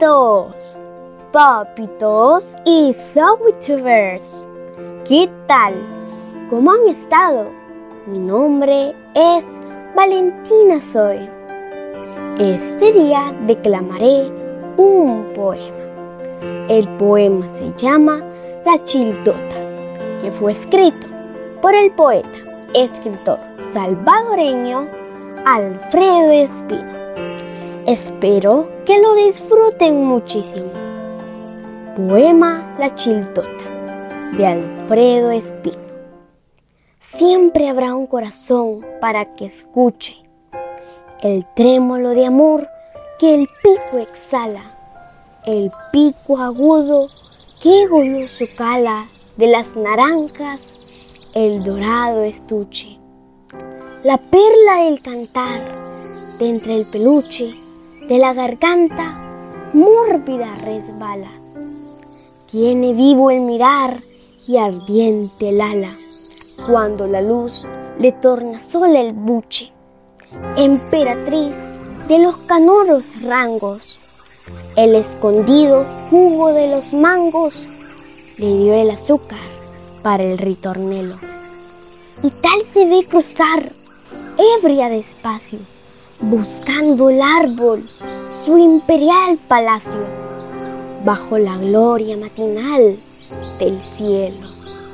amiguitos, papitos y Zoitubers. ¿Qué tal? ¿Cómo han estado? Mi nombre es Valentina Zoe. Este día declamaré un poema. El poema se llama La Chiltota, que fue escrito por el poeta, escritor salvadoreño Alfredo Espino. Espero que lo disfruten muchísimo. Poema La Chiltota, de Alfredo Espino. Siempre habrá un corazón para que escuche el trémolo de amor que el pico exhala, el pico agudo que goloso cala de las naranjas el dorado estuche, la perla del cantar de entre el peluche de la garganta mórbida resbala, tiene vivo el mirar y ardiente el ala, cuando la luz le torna sola el buche, emperatriz de los canoros rangos, el escondido jugo de los mangos le dio el azúcar para el ritornelo. Y tal se ve cruzar, ebria despacio, buscando el árbol, su imperial palacio, bajo la gloria matinal del cielo.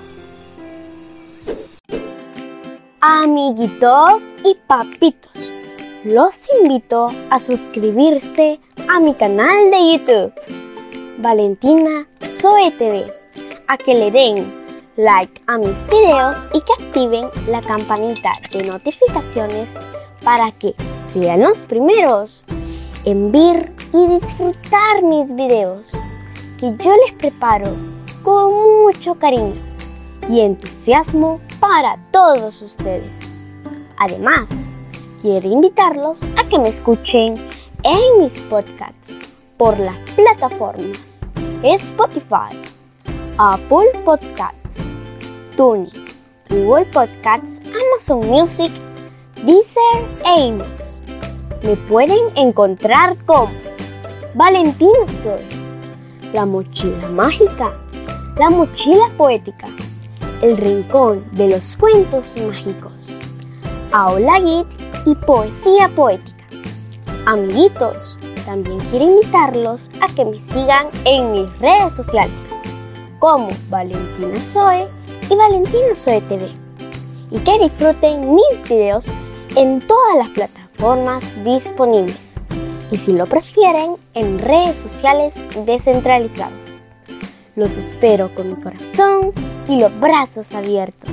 Amiguitos y papitos, los invito a suscribirse a mi canal de YouTube, Valentina Zoe TV, a que le den like a mis videos y que activen la campanita de notificaciones para que sean los primeros en ver y disfrutar mis videos que yo les preparo con mucho cariño y entusiasmo para todos ustedes. Además, quiero invitarlos a que me escuchen en mis podcasts por las plataformas Spotify, Apple Podcasts, TuneIn, Google Podcasts, Amazon Music, Deezer e iVoox. Me pueden encontrar como Valentina Zoe, la mochila mágica, la mochila poética, el rincón de los cuentos mágicos, aula guide y poesía poética. Amiguitos, también quiero invitarlos a que me sigan en mis redes sociales como Valentina Zoe y Valentina Zoe TV y que disfruten mis videos en todas las plataformas disponibles y, si lo prefieren, en redes sociales descentralizadas. Los espero con mi corazón y los brazos abiertos.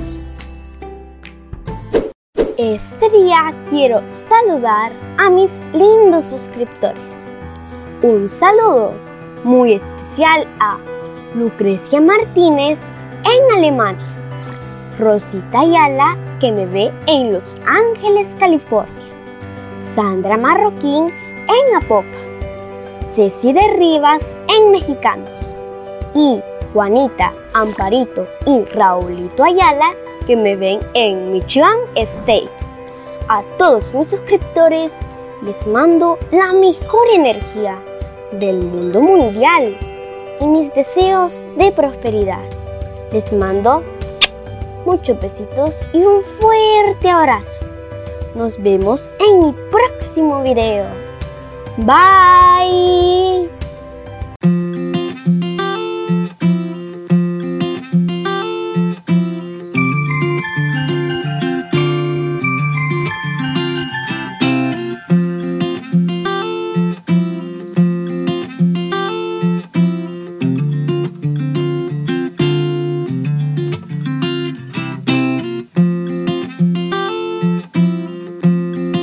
Este día quiero saludar a mis lindos suscriptores. Un saludo muy especial a Lucrecia Martínez en Alemania, Rosita Ayala, que me ve en Los Ángeles, California, Sandra Marroquín en Apopa, Ceci de Rivas en Mexicanos y Juanita, Amparito y Raulito Ayala, que me ven en Michigan State. A todos mis suscriptores les mando la mejor energía del mundo mundial y mis deseos de prosperidad. Les mando muchos besitos y un fuerte abrazo. Nos vemos en mi próximo video. Bye.